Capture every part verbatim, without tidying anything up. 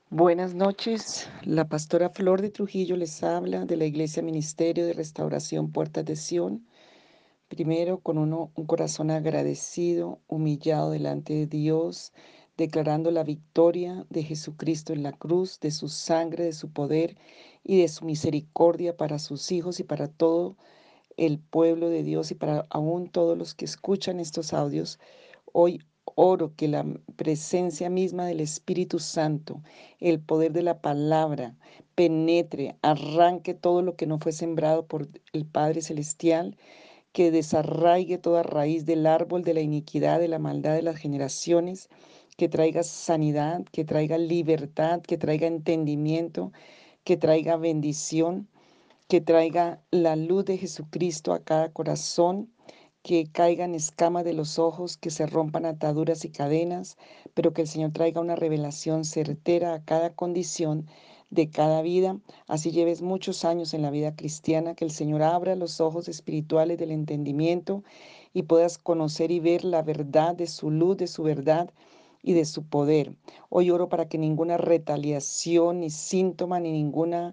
Buenas noches, la pastora Flor de Trujillo les habla de la Iglesia Ministerio de Restauración Puertas de Sión. Primero, con uno, un corazón agradecido, humillado delante de Dios, declarando la victoria de Jesucristo en la cruz, de su sangre, de su poder y de su misericordia para sus hijos y para todo el pueblo de Dios y para aún todos los que escuchan estos audios. Hoy oro que la presencia misma del Espíritu Santo, el poder de la palabra, penetre, arranque todo lo que no fue sembrado por el Padre Celestial, que desarraigue toda raíz del árbol de la iniquidad, de la maldad de las generaciones, que traiga sanidad, que traiga libertad, que traiga entendimiento, que traiga bendición, que traiga la luz de Jesucristo a cada corazón, que caigan escamas de los ojos, que se rompan ataduras y cadenas, pero que el Señor traiga una revelación certera a cada condición de cada vida. Así lleves muchos años en la vida cristiana, que el Señor abra los ojos espirituales del entendimiento y puedas conocer y ver la verdad de su luz, de su verdad y de su poder. Hoy oro para que ninguna retaliación, ni síntoma, ni ninguna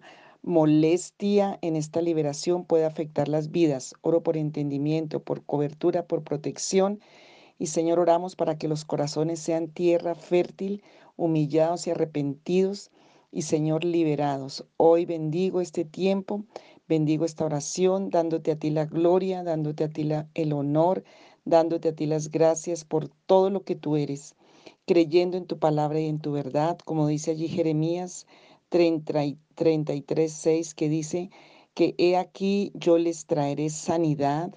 molestia en esta liberación puede afectar las vidas. Oro por entendimiento, por cobertura, por protección. Y Señor, oramos para que los corazones sean tierra fértil, humillados y arrepentidos. Y Señor, liberados. Hoy bendigo este tiempo, bendigo esta oración, dándote a ti la gloria, dándote a ti la- el honor, dándote a ti las gracias por todo lo que tú eres, creyendo en tu palabra y en tu verdad, como dice allí Jeremías treinta y treinta y tres, seis, que dice que he aquí yo les traeré sanidad,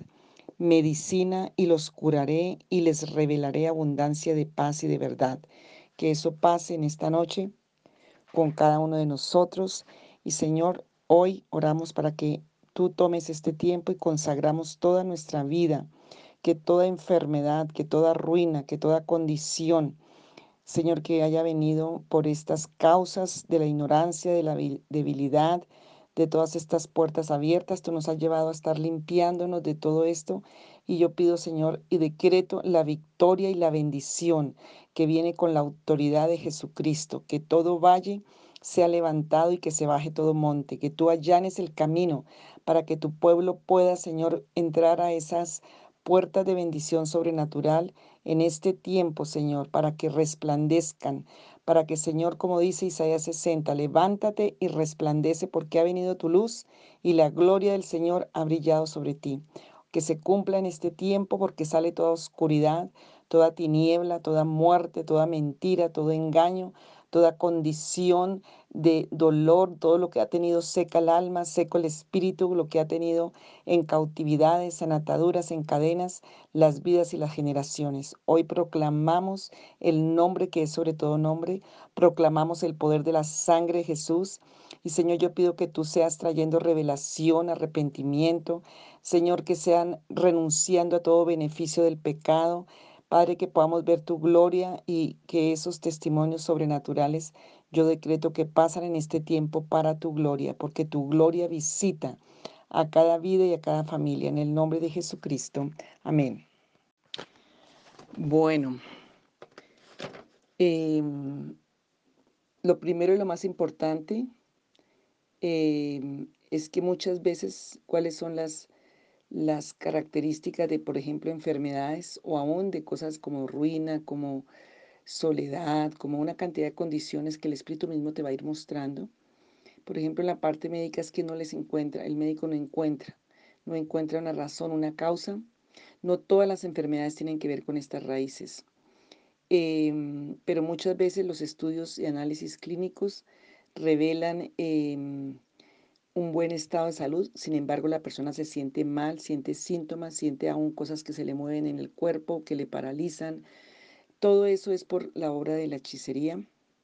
medicina y los curaré y les revelaré abundancia de paz y de verdad. Que eso pase en esta noche con cada uno de nosotros. Y Señor, hoy oramos para que tú tomes este tiempo y consagramos toda nuestra vida, que toda enfermedad, que toda ruina, que toda condición, Señor, que haya venido por estas causas de la ignorancia, de la vi- debilidad, de todas estas puertas abiertas. Tú nos has llevado a estar limpiándonos de todo esto. Y yo pido, Señor, y decreto la victoria y la bendición que viene con la autoridad de Jesucristo, que todo valle sea levantado y que se baje todo monte, que tú allanes el camino para que tu pueblo pueda, Señor, entrar a esas puertas de bendición sobrenatural en este tiempo, Señor, para que resplandezcan, para que, Señor, como dice Isaías sesenta, levántate y resplandece porque ha venido tu luz y la gloria del Señor ha brillado sobre ti. Que se cumpla en este tiempo porque sale toda oscuridad, toda tiniebla, toda muerte, toda mentira, todo engaño, toda condición de dolor, todo lo que ha tenido seca el alma, seco el espíritu, lo que ha tenido en cautividades, en ataduras, en cadenas, las vidas y las generaciones. Hoy proclamamos el nombre que es sobre todo nombre, proclamamos el poder de la sangre de Jesús. Y Señor, yo pido que tú seas trayendo revelación, arrepentimiento, Señor, que sean renunciando a todo beneficio del pecado. Padre, que podamos ver tu gloria y que esos testimonios sobrenaturales yo decreto que pasan en este tiempo para tu gloria, porque tu gloria visita a cada vida y a cada familia. En el nombre de Jesucristo. Amén. Bueno, em, lo primero y lo más importante em, es que muchas veces cuáles son las, las características de, por ejemplo, enfermedades o aún de cosas como ruina, como soledad, como una cantidad de condiciones que el Espíritu mismo te va a ir mostrando. Por ejemplo, en la parte médica es que no les encuentra, el médico no encuentra, no encuentra una razón, una causa. No todas las enfermedades tienen que ver con estas raíces. Em, pero muchas veces los estudios y análisis clínicos revelan em, un buen estado de salud. Sin embargo, la persona se siente mal, siente síntomas, siente aún cosas que se le mueven en el cuerpo, que le paralizan. Todo eso es por la obra de la hechicería.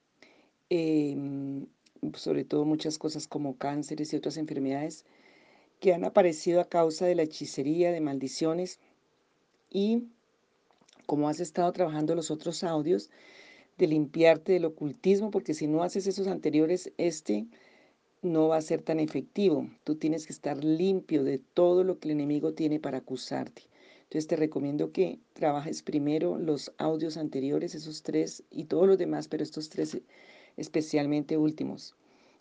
em, Sobre todo muchas cosas como cánceres y otras enfermedades que han aparecido a causa de la hechicería, de maldiciones. Y como has estado trabajando los otros audios, de limpiarte del ocultismo, porque si no haces esos anteriores, este no va a ser tan efectivo. Tú tienes que estar limpio de todo lo que el enemigo tiene para acusarte. Entonces te recomiendo que trabajes primero los audios anteriores, esos tres y todos los demás, pero estos tres especialmente últimos.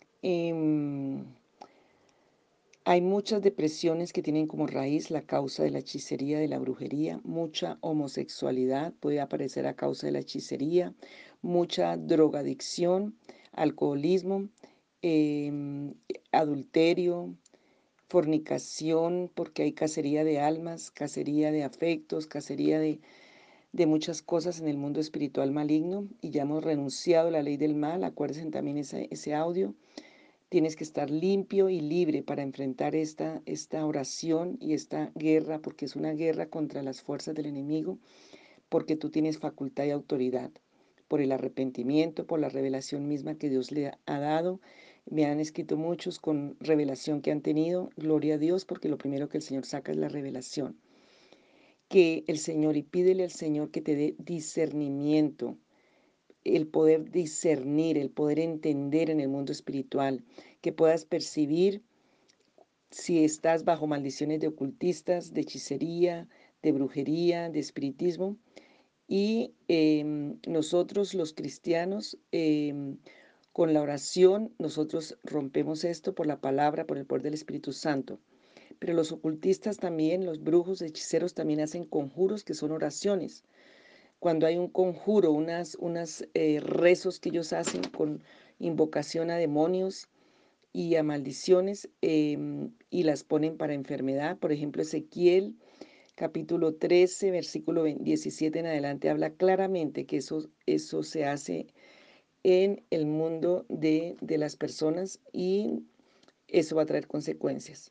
Em, Hay muchas depresiones que tienen como raíz la causa de la hechicería, de la brujería, mucha homosexualidad puede aparecer a causa de la hechicería, mucha drogadicción, alcoholismo, em, adulterio, fornicación, porque hay cacería de almas, cacería de afectos, cacería de, de muchas cosas en el mundo espiritual maligno, y ya hemos renunciado a la ley del mal. Acuérdense también ese, ese audio. Tienes que estar limpio y libre para enfrentar esta, esta oración y esta guerra, porque es una guerra contra las fuerzas del enemigo, porque tú tienes facultad y autoridad por el arrepentimiento, por la revelación misma que Dios le ha dado. Me han escrito muchos con revelación que han tenido. Gloria a Dios, porque lo primero que el Señor saca es la revelación. Que el Señor, y pídele al Señor que te dé discernimiento, el poder discernir, el poder entender en el mundo espiritual, que puedas percibir si estás bajo maldiciones de ocultistas, de hechicería, de brujería, de espiritismo. Y em, nosotros los cristianos, em, con la oración, nosotros rompemos esto por la palabra, por el poder del Espíritu Santo. Pero los ocultistas también, los brujos, hechiceros también hacen conjuros que son oraciones. Cuando hay un conjuro, unas, unas eh, rezos que ellos hacen con invocación a demonios y a maldiciones, em, y las ponen para enfermedad. Por ejemplo, Ezequiel capítulo trece, versículo diecisiete en adelante, habla claramente que eso, eso se hace en el mundo de, de las personas, y eso va a traer consecuencias.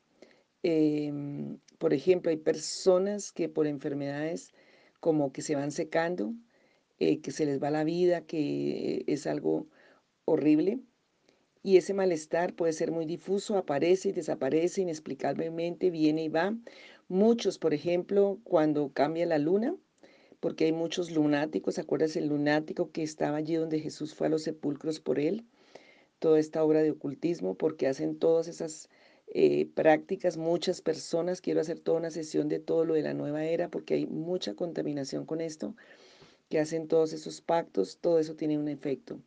Em, por ejemplo, hay personas que por enfermedades como que se van secando, eh, que se les va la vida, que es algo horrible. Y ese malestar puede ser muy difuso, aparece y desaparece inexplicablemente, viene y va. Muchos, por ejemplo, cuando cambia la luna, porque hay muchos lunáticos. ¿Acuerdas el lunático que estaba allí donde Jesús fue a los sepulcros por él? Toda esta obra de ocultismo, porque hacen todas esas eh, prácticas muchas personas. Quiero hacer toda una sesión de todo lo de la nueva era, porque hay mucha contaminación con esto, que hacen todos esos pactos, todo eso tiene un efecto.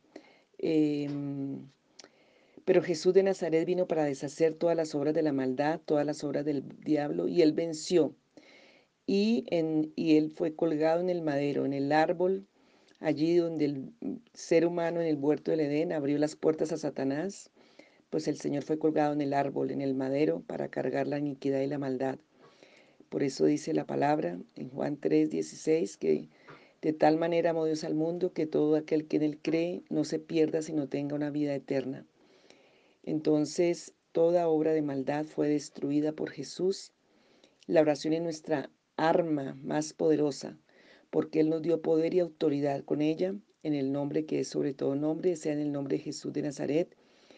Em, pero Jesús de Nazaret vino para deshacer todas las obras de la maldad, todas las obras del diablo, y él venció. Y, en, y él fue colgado en el madero, en el árbol, allí donde el ser humano en el huerto del Edén abrió las puertas a Satanás. Pues el Señor fue colgado en el árbol, en el madero, para cargar la iniquidad y la maldad. Por eso dice la palabra en Juan tres dieciséis, que de tal manera amó Dios al mundo, que todo aquel que en él cree no se pierda, sino tenga una vida eterna. Entonces, toda obra de maldad fue destruida por Jesús. La oración es nuestra arma más poderosa, porque Él nos dio poder y autoridad con ella, en el nombre que es sobre todo nombre, sea en el nombre de Jesús de Nazaret.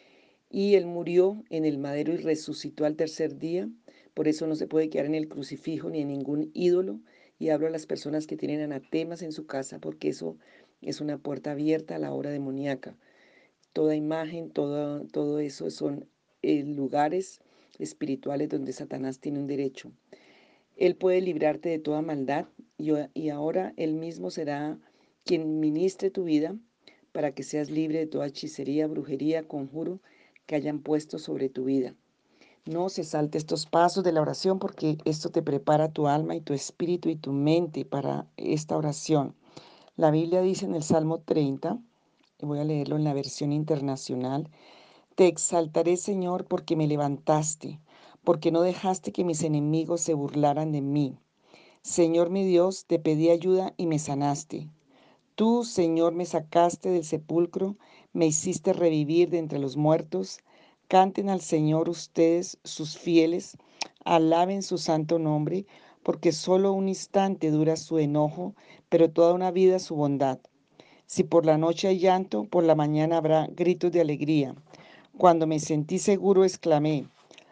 Y Él murió en el madero y resucitó al tercer día. Por eso no se puede quedar en el crucifijo ni en ningún ídolo. Y hablo a las personas que tienen anatemas en su casa, porque eso es una puerta abierta a la obra demoníaca. Toda imagen, todo, todo eso son eh, lugares espirituales donde Satanás tiene un derecho. Él puede librarte de toda maldad, y, y ahora Él mismo será quien ministre tu vida para que seas libre de toda hechicería, brujería, conjuro que hayan puesto sobre tu vida. No se salte estos pasos de la oración, porque esto te prepara tu alma y tu espíritu y tu mente para esta oración. La Biblia dice en el Salmo treinta, y voy a leerlo en la versión internacional: te exaltaré, Señor, porque me levantaste, porque no dejaste que mis enemigos se burlaran de mí. Señor mi Dios, te pedí ayuda y me sanaste. Tú, Señor, me sacaste del sepulcro, me hiciste revivir de entre los muertos. Canten al Señor ustedes, sus fieles, alaben su santo nombre, porque solo un instante dura su enojo, pero toda una vida su bondad. Si por la noche hay llanto, por la mañana habrá gritos de alegría. Cuando me sentí seguro, exclamé: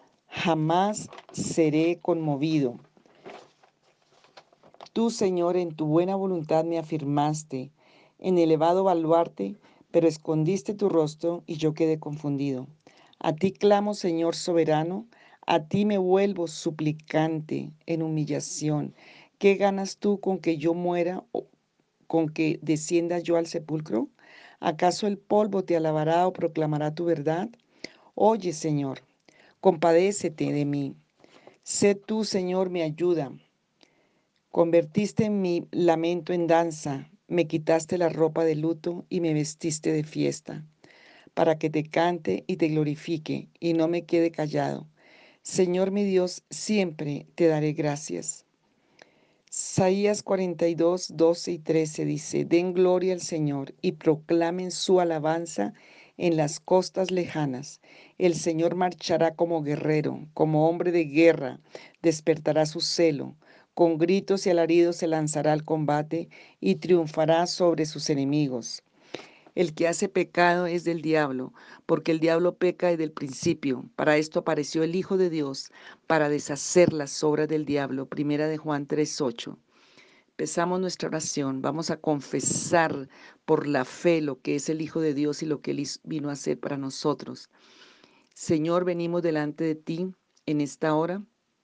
jamás seré conmovido. Tú, Señor, en tu buena voluntad me afirmaste en elevado baluarte, pero escondiste tu rostro y yo quedé confundido. A ti clamo, Señor soberano, a ti me vuelvo suplicante en humillación. ¿Qué ganas tú con que yo muera o con que descienda yo al sepulcro? ¿Acaso el polvo te alabará o proclamará tu verdad? Oye, Señor, compadécete de mí. Sé tú, Señor, mi ayuda. Convertiste mi lamento en danza, me quitaste la ropa de luto y me vestiste de fiesta, para que te cante y te glorifique y no me quede callado. Señor mi Dios, siempre te daré gracias. Isaías cuarenta y dos, doce y trece dice, den gloria al Señor y proclamen su alabanza en las costas lejanas. El Señor marchará como guerrero, como hombre de guerra, despertará su celo. Con gritos y alaridos se lanzará al combate y triunfará sobre sus enemigos. El que hace pecado es del diablo, porque el diablo peca desde el principio. Para esto apareció el Hijo de Dios, para deshacer las obras del diablo. Primera de Juan tres ocho. Empezamos nuestra oración. Vamos a confesar por la fe lo que es el Hijo de Dios y lo que Él vino a hacer para nosotros. Señor, venimos delante de ti en esta hora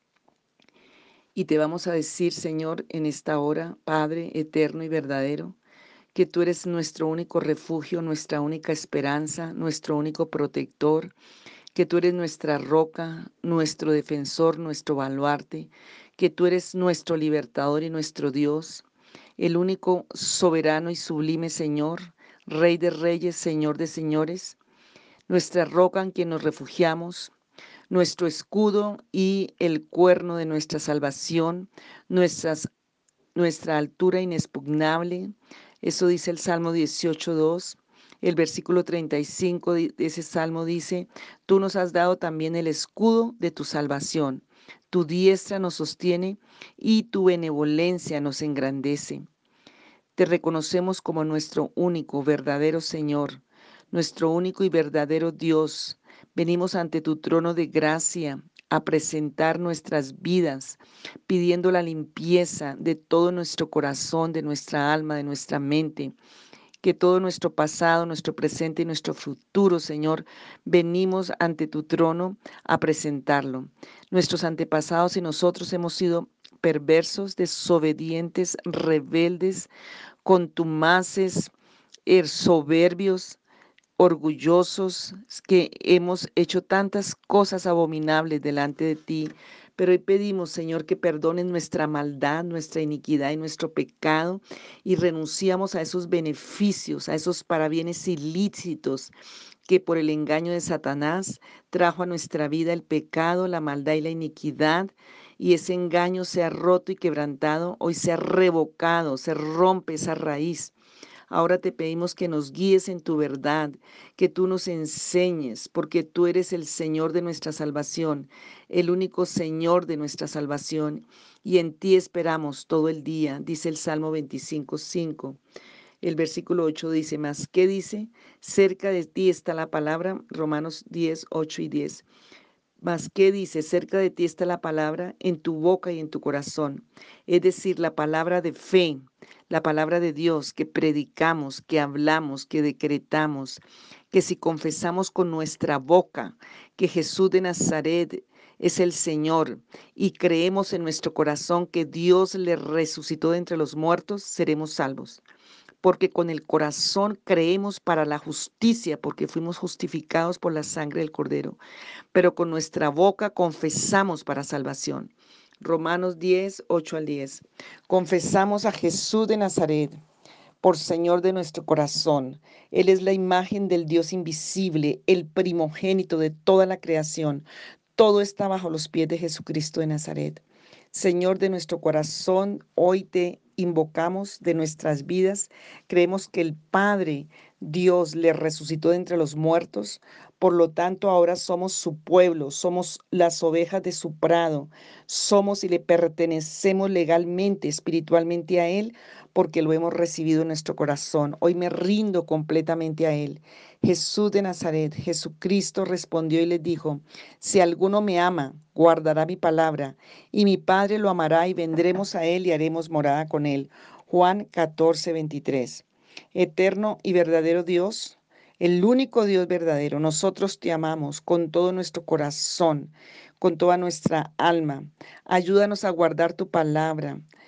y te vamos a decir, Señor, en esta hora, Padre eterno y verdadero, que tú eres nuestro único refugio, nuestra única esperanza, nuestro único protector, que tú eres nuestra roca, nuestro defensor, nuestro baluarte, que tú eres nuestro libertador y nuestro Dios, el único soberano y sublime Señor, Rey de reyes, Señor de señores, nuestra roca en quien nos refugiamos, nuestro escudo y el cuerno de nuestra salvación, nuestras nuestra altura inexpugnable. Eso dice el Salmo dieciocho dos. El versículo treinta y cinco de ese salmo dice, tú nos has dado también el escudo de tu salvación. Tu diestra nos sostiene y tu benevolencia nos engrandece. Te reconocemos como nuestro único, verdadero Señor, nuestro único y verdadero Dios. Venimos ante tu trono de gracia a presentar nuestras vidas, pidiendo la limpieza de todo nuestro corazón, de nuestra alma, de nuestra mente, que todo nuestro pasado, nuestro presente y nuestro futuro, Señor, venimos ante tu trono a presentarlo. Nuestros antepasados y nosotros hemos sido perversos, desobedientes, rebeldes, contumaces, er, soberbios, orgullosos, que hemos hecho tantas cosas abominables delante de ti. Pero hoy pedimos, Señor, que perdones nuestra maldad, nuestra iniquidad y nuestro pecado y renunciamos a esos beneficios, a esos parabienes ilícitos que por el engaño de Satanás trajo a nuestra vida el pecado, la maldad y la iniquidad. Y ese engaño se ha roto y quebrantado, hoy se ha revocado, se rompe esa raíz. Ahora te pedimos que nos guíes en tu verdad, que tú nos enseñes, porque tú eres el Señor de nuestra salvación, el único Señor de nuestra salvación, y en ti esperamos todo el día, dice el Salmo veinticinco cinco. El versículo ocho dice más, ¿qué dice? Cerca de ti está la palabra, Romanos diez ocho y diez. Mas, ¿qué dice? Cerca de ti está la palabra en tu boca y en tu corazón. Es decir, la palabra de fe, la palabra de Dios que predicamos, que hablamos, que decretamos, que si confesamos con nuestra boca que Jesús de Nazaret es el Señor y creemos en nuestro corazón que Dios le resucitó de entre los muertos, seremos salvos. Porque con el corazón creemos para la justicia, porque fuimos justificados por la sangre del Cordero, pero con nuestra boca confesamos para salvación. Romanos diez ocho al diez. Confesamos a Jesús de Nazaret por Señor de nuestro corazón. Él es la imagen del Dios invisible, el primogénito de toda la creación. Todo está bajo los pies de Jesucristo de Nazaret. Señor de nuestro corazón, hoy te invocamos de nuestras vidas. Creemos que el Padre, Dios, le resucitó de entre los muertos. Por lo tanto, ahora somos su pueblo, somos las ovejas de su prado. Somos y le pertenecemos legalmente, espiritualmente a Él, porque lo hemos recibido en nuestro corazón. Hoy me rindo completamente a Él. Jesús de Nazaret, Jesucristo respondió y les dijo, si alguno me ama, guardará mi palabra, y mi Padre lo amará y vendremos a Él y haremos morada con Él. Juan catorce veintitrés. Eterno y verdadero Dios, el único Dios verdadero, nosotros te amamos con todo nuestro corazón, con toda nuestra alma. Ayúdanos a guardar tu palabra,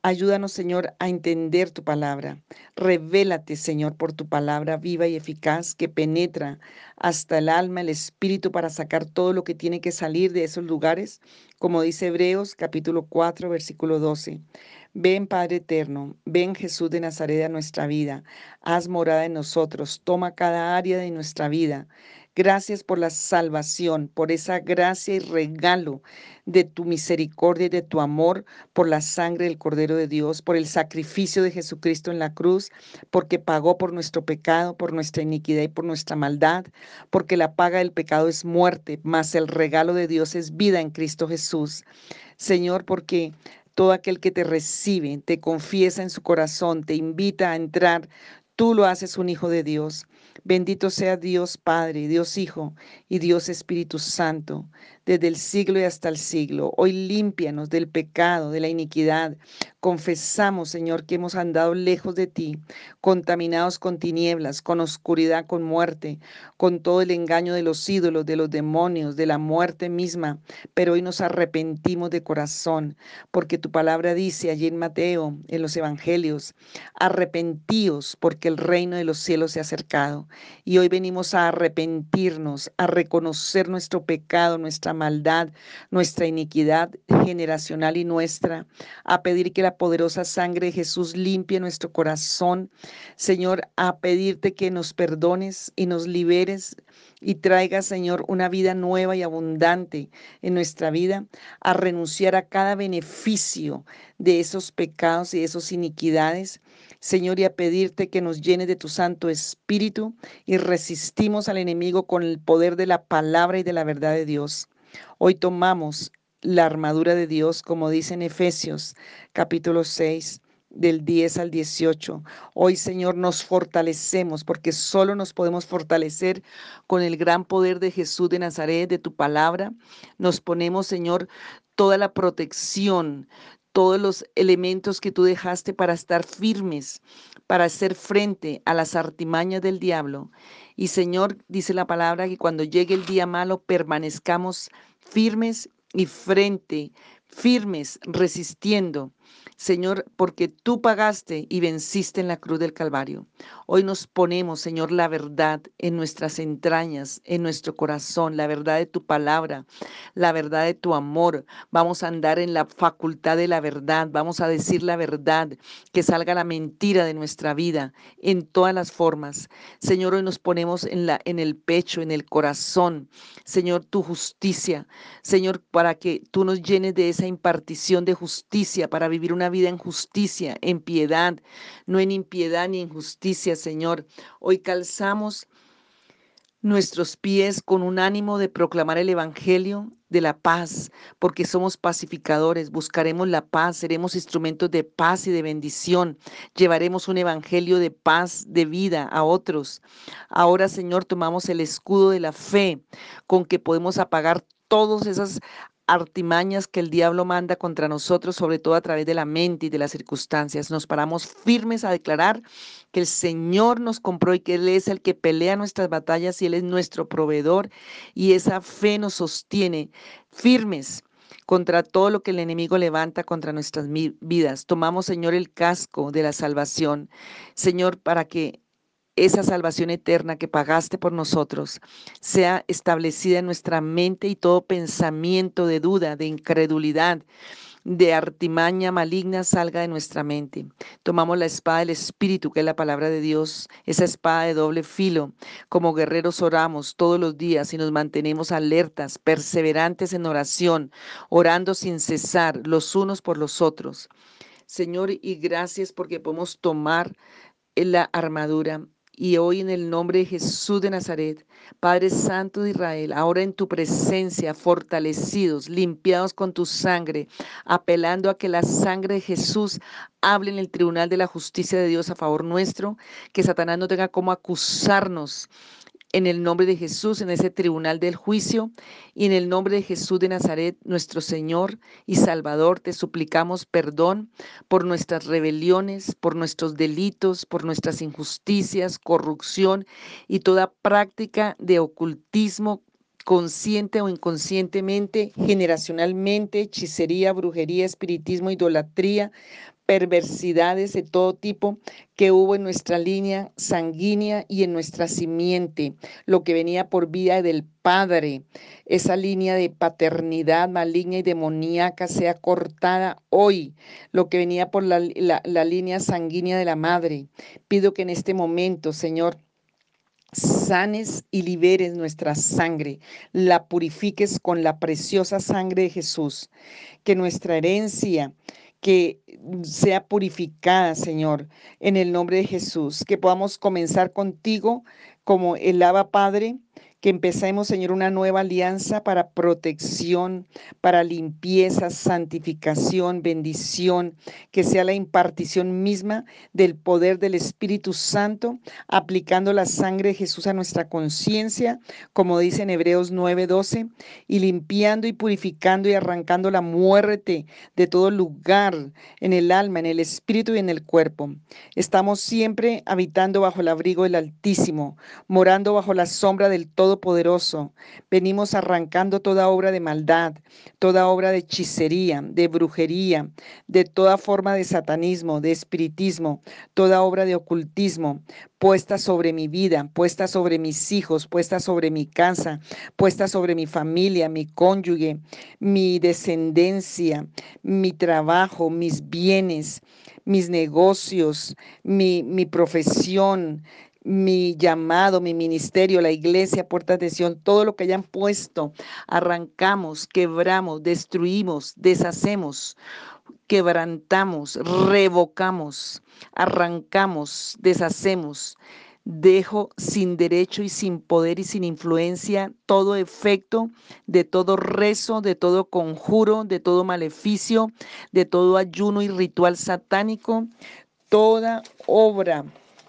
Ayúdanos, Señor, a entender tu palabra. Revélate, Señor, por tu palabra viva y eficaz que penetra hasta el alma, el espíritu, para sacar todo lo que tiene que salir de esos lugares, como dice Hebreos capítulo cuatro, versículo doce. Ven, Padre eterno, ven, Jesús de Nazaret, a nuestra vida. Haz morada en nosotros, toma cada área de nuestra vida. Gracias por la salvación, por esa gracia y regalo de tu misericordia y de tu amor, por la sangre del Cordero de Dios, por el sacrificio de Jesucristo en la cruz, porque pagó por nuestro pecado, por nuestra iniquidad y por nuestra maldad, porque la paga del pecado es muerte, mas el regalo de Dios es vida en Cristo Jesús. Señor, porque todo aquel que te recibe, te confiesa en su corazón, te invita a entrar, tú lo haces un hijo de Dios. Bendito sea Dios Padre, Dios Hijo y Dios Espíritu Santo, desde el siglo y hasta el siglo. Hoy límpianos del pecado, de la iniquidad. Confesamos, Señor, que hemos andado lejos de ti, contaminados con tinieblas, con oscuridad, con muerte, con todo el engaño de los ídolos, de los demonios, de la muerte misma. Pero hoy nos arrepentimos de corazón, porque tu palabra dice allí en Mateo, en los evangelios, arrepentíos porque el reino de los cielos se ha acercado. Y hoy venimos a arrepentirnos, a reconocer nuestro pecado, nuestra maldad, nuestra iniquidad generacional y nuestra, a pedir que la poderosa sangre de Jesús limpie nuestro corazón. Señor, a pedirte que nos perdones y nos liberes y traiga, Señor, una vida nueva y abundante en nuestra vida, a renunciar a cada beneficio de esos pecados y de esas iniquidades, Señor, y a pedirte que nos llenes de tu Santo Espíritu y resistimos al enemigo con el poder de la palabra y de la verdad de Dios. Hoy tomamos la armadura de Dios, como dice en Efesios capítulo seis, del diez al dieciocho. Hoy, Señor, nos fortalecemos porque solo nos podemos fortalecer con el gran poder de Jesús de Nazaret, de tu palabra. Nos ponemos, Señor, toda la protección, todos los elementos que tú dejaste para estar firmes, para hacer frente a las artimañas del diablo. Y Señor, dice la palabra que cuando llegue el día malo permanezcamos firmes y frente, firmes, resistiendo. Señor, porque tú pagaste y venciste en la cruz del Calvario. Hoy nos ponemos, Señor, la verdad en nuestras entrañas, en nuestro corazón, la verdad de tu palabra, la verdad de tu amor. Vamos a andar en la facultad de la verdad, vamos a decir la verdad, que salga la mentira de nuestra vida en todas las formas. Señor, hoy nos ponemos en la en el pecho, en el corazón, Señor, tu justicia, Señor, para que tú nos llenes de esa impartición de justicia, para vivir una vida en justicia, en piedad, no en impiedad ni injusticia, Señor. Hoy calzamos nuestros pies con un ánimo de proclamar el Evangelio de la paz, porque somos pacificadores, buscaremos la paz, seremos instrumentos de paz y de bendición, llevaremos un Evangelio de paz, de vida a otros. Ahora, Señor, tomamos el escudo de la fe con que podemos apagar todas esas artimañas que el diablo manda contra nosotros, sobre todo a través de la mente y de las circunstancias. Nos paramos firmes a declarar que el Señor nos compró y que Él es el que pelea nuestras batallas y Él es nuestro proveedor, y esa fe nos sostiene firmes contra todo lo que el enemigo levanta contra nuestras vidas. Tomamos, Señor, el casco de la salvación, Señor, para que esa salvación eterna que pagaste por nosotros sea establecida en nuestra mente, y todo pensamiento de duda, de incredulidad, de artimaña maligna salga de nuestra mente. Tomamos la espada del Espíritu, que es la palabra de Dios, esa espada de doble filo. Como guerreros oramos todos los días y nos mantenemos alertas, perseverantes en oración, orando sin cesar los unos por los otros. Señor, y gracias porque podemos tomar en la armadura. Y hoy, en el nombre de Jesús de Nazaret, Padre Santo de Israel, ahora en tu presencia, fortalecidos, limpiados con tu sangre, apelando a que la sangre de Jesús hable en el tribunal de la justicia de Dios a favor nuestro, que Satanás no tenga cómo acusarnos, en el nombre de Jesús, en ese tribunal del juicio, y en el nombre de Jesús de Nazaret, nuestro Señor y Salvador, te suplicamos perdón por nuestras rebeliones, por nuestros delitos, por nuestras injusticias, corrupción y toda práctica de ocultismo, consciente o inconscientemente, generacionalmente, hechicería, brujería, espiritismo, idolatría, perversidades de todo tipo que hubo en nuestra línea sanguínea y en nuestra simiente, lo que venía por vía del Padre, esa línea de paternidad maligna y demoníaca sea cortada hoy, lo que venía por la, la, la línea sanguínea de la madre. Pido que en este momento, Señor, sanes y liberes nuestra sangre, la purifiques con la preciosa sangre de Jesús, que nuestra herencia, que sea purificada, Señor, en el nombre de Jesús, que podamos comenzar contigo como el Abba Padre, que empecemos, Señor, una nueva alianza para protección, para limpieza, santificación, bendición, que sea la impartición misma del poder del Espíritu Santo, aplicando la sangre de Jesús a nuestra conciencia, como dice en Hebreos nueve doce, y limpiando y purificando y arrancando la muerte de todo lugar en el alma, en el espíritu y en el cuerpo. Estamos siempre habitando bajo el abrigo del Altísimo, morando bajo la sombra del Todopoderoso. Venimos arrancando toda obra de maldad, toda obra de hechicería, de brujería, de toda forma de satanismo, de espiritismo, toda obra de ocultismo, puesta sobre mi vida, puesta sobre mis hijos, puesta sobre mi casa, puesta sobre mi familia, mi cónyuge, mi descendencia, mi trabajo, mis bienes, mis negocios, mi, mi profesión, mi llamado, mi ministerio, la iglesia, puertas de Sion, todo lo que hayan puesto, arrancamos, quebramos, destruimos, deshacemos, quebrantamos, revocamos, arrancamos, deshacemos. Dejo sin derecho y sin poder y sin influencia todo efecto de todo rezo, de todo conjuro, de todo maleficio, de todo ayuno y ritual satánico, toda obra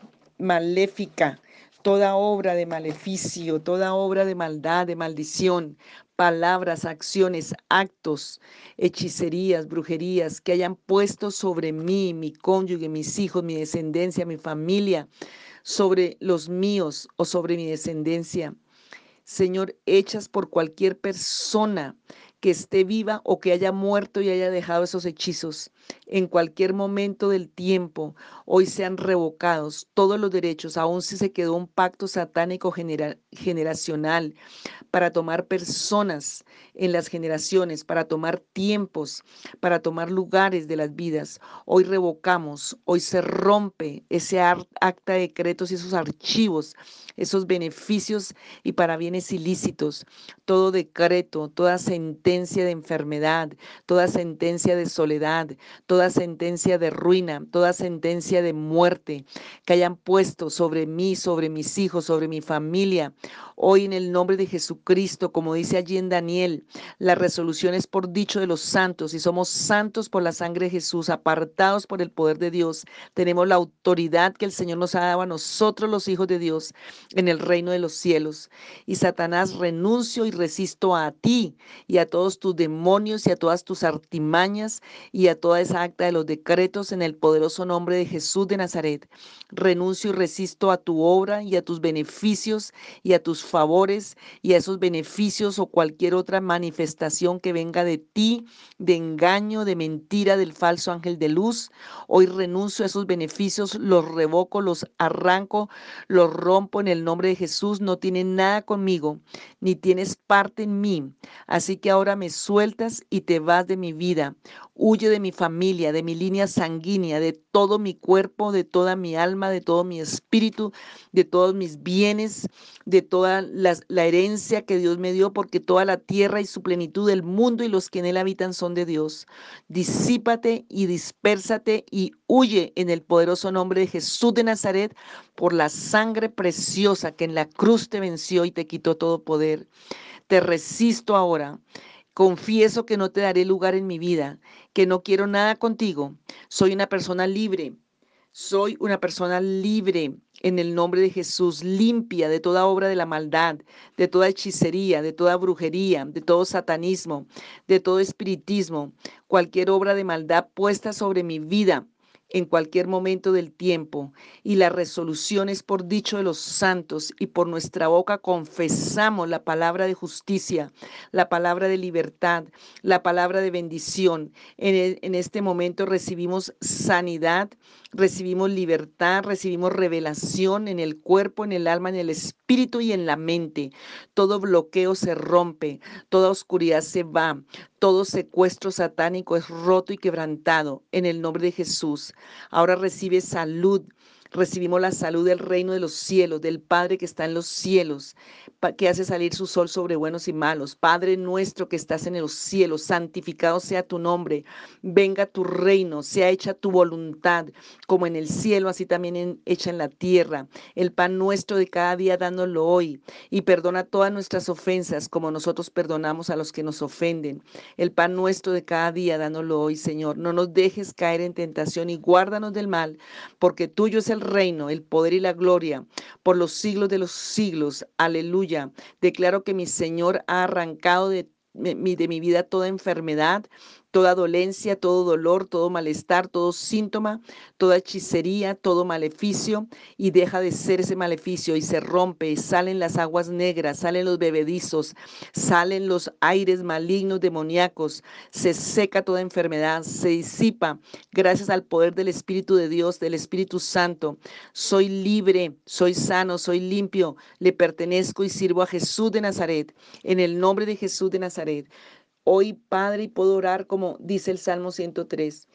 maléfica, toda obra de maleficio, toda obra de maldad, de maldición, palabras, acciones, actos, hechicerías, brujerías que hayan puesto sobre mí, mi cónyuge, mis hijos, mi descendencia, mi familia, sobre los míos o sobre mi descendencia. Señor, hechas por cualquier persona que esté viva o que haya muerto y haya dejado esos hechizos. En cualquier momento del tiempo, hoy sean revocados todos los derechos, aun si se quedó un pacto satánico genera- generacional para tomar personas en las generaciones, para tomar tiempos, para tomar lugares de las vidas. Hoy revocamos, hoy se rompe ese acta de decretos y esos archivos, esos beneficios y para bienes ilícitos, todo decreto, toda sentencia de enfermedad, toda sentencia de soledad, toda sentencia de ruina, toda sentencia de muerte que hayan puesto sobre mí, sobre mis hijos, sobre mi familia. Hoy en el nombre de Jesucristo, como dice allí en Daniel, la resolución es por dicho de los santos y somos santos por la sangre de Jesús, apartados por el poder de Dios. Tenemos la autoridad que el Señor nos ha dado a nosotros los hijos de Dios en el reino de los cielos. Y Satanás, renuncio y resisto a ti y a todos tus demonios y a todas tus artimañas y a toda esa acta de los decretos en el poderoso nombre de Jesús de Nazaret. Renuncio y resisto a tu obra y a tus beneficios y a tus favores y a esos beneficios o cualquier otra manifestación que venga de ti, de engaño, de mentira, del falso ángel de luz. Hoy renuncio a esos beneficios, los revoco, los arranco, los rompo en el nombre de Jesús. No tiene nada conmigo, ni tienes parte en mí. Así que ahora me sueltas y te vas de mi vida. Huye de mi familia, de mi línea sanguínea, de todo mi cuerpo, de toda mi alma, de todo mi espíritu, de todos mis bienes, de toda la, la herencia que Dios me dio, porque toda la tierra y su plenitud del mundo y los que en él habitan son de Dios. Disípate y dispérsate y huye en el poderoso nombre de Jesús de Nazaret por la sangre preciosa que en la cruz te venció y te quitó todo poder. Te resisto ahora. Confieso que no te daré lugar en mi vida, que no quiero nada contigo. Soy una persona libre. Soy una persona libre en el nombre de Jesús, limpia de toda obra de la maldad, de toda hechicería, de toda brujería, de todo satanismo, de todo espiritismo, cualquier obra de maldad puesta sobre mi vida. en cualquier momento del tiempo, y la resolución es por dicho de los santos, y por nuestra boca confesamos la palabra de justicia, la palabra de libertad, la palabra de bendición. En, e- en este momento recibimos sanidad, recibimos libertad, recibimos revelación en el cuerpo, en el alma, en el espíritu y en la mente. Todo bloqueo se rompe, toda oscuridad se va, todo secuestro satánico es roto y quebrantado en el nombre de Jesús. Ahora recibe salud. Recibimos la salud del reino de los cielos, del Padre que está en los cielos, que hace salir su sol sobre buenos y malos. Padre nuestro que estás en los cielos, santificado sea tu nombre. Venga tu reino, sea hecha tu voluntad, como en el cielo, así también en, hecha en la tierra. El pan nuestro de cada día dándolo hoy, y perdona todas nuestras ofensas, como nosotros perdonamos a los que nos ofenden. El pan nuestro de cada día dándolo hoy, Señor. No nos dejes caer en tentación y guárdanos del mal, porque tuyo es el reino, el poder y la gloria por los siglos de los siglos. Aleluya. Declaro que mi Señor ha arrancado de mi, de mi vida toda enfermedad, toda dolencia, todo dolor, todo malestar, todo síntoma, toda hechicería, todo maleficio, y deja de ser ese maleficio y se rompe, y salen las aguas negras, salen los bebedizos, salen los aires malignos, demoníacos, se seca toda enfermedad, se disipa gracias al poder del Espíritu de Dios, del Espíritu Santo. Soy libre, soy sano, soy limpio, le pertenezco y sirvo a Jesús de Nazaret, en el nombre de Jesús de Nazaret. Hoy, Padre, y puedo orar como dice el Salmo ciento tres.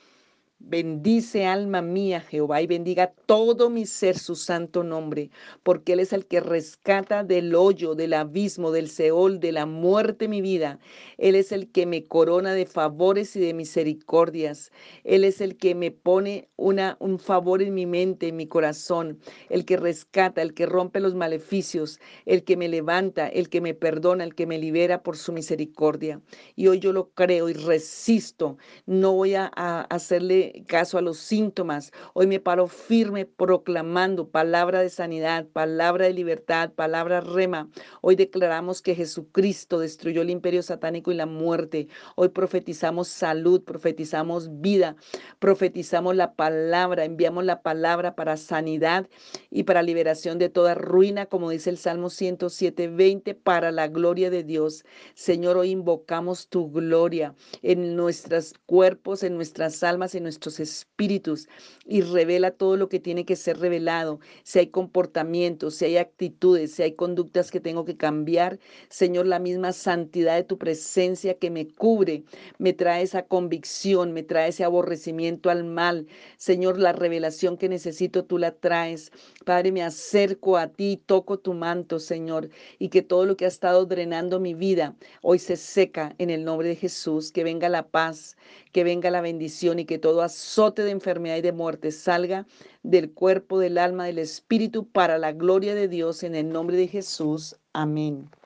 Bendice alma mía Jehová y bendiga todo mi ser su santo nombre, porque Él es el que rescata del hoyo, del abismo, del Seol, de la muerte mi vida. Él es el que me corona de favores y de misericordias. Él es el que me pone una, un favor en mi mente, en mi corazón, el que rescata, el que rompe los maleficios, el que me levanta, el que me perdona, el que me libera por su misericordia. Y hoy yo lo creo y resisto. No voy a, a hacerle caso a los síntomas. Hoy me paro firme proclamando palabra de sanidad, palabra de libertad, palabra rema. Hoy declaramos que Jesucristo destruyó el imperio satánico y la muerte. Hoy profetizamos salud, profetizamos vida, profetizamos la palabra, enviamos la palabra para sanidad y para liberación de toda ruina, como dice el Salmo ciento siete, veinte, para la gloria de Dios. Señor, hoy invocamos tu gloria en nuestros cuerpos, en nuestras almas, en nuestros espíritus, y revela todo lo que tiene que ser revelado. Si hay comportamientos, si hay actitudes, si hay conductas que tengo que cambiar, Señor, la misma santidad de tu presencia que me cubre, me trae esa convicción, me trae ese aborrecimiento al mal. Señor, la revelación que necesito tú la traes. Padre, me acerco a ti, toco tu manto, Señor, y que todo lo que ha estado drenando mi vida hoy se seca en el nombre de Jesús. Que venga la paz, que venga la bendición y que todo azote de enfermedad y de muerte salga del cuerpo, del alma, del espíritu, para la gloria de Dios, en el nombre de Jesús. Amén.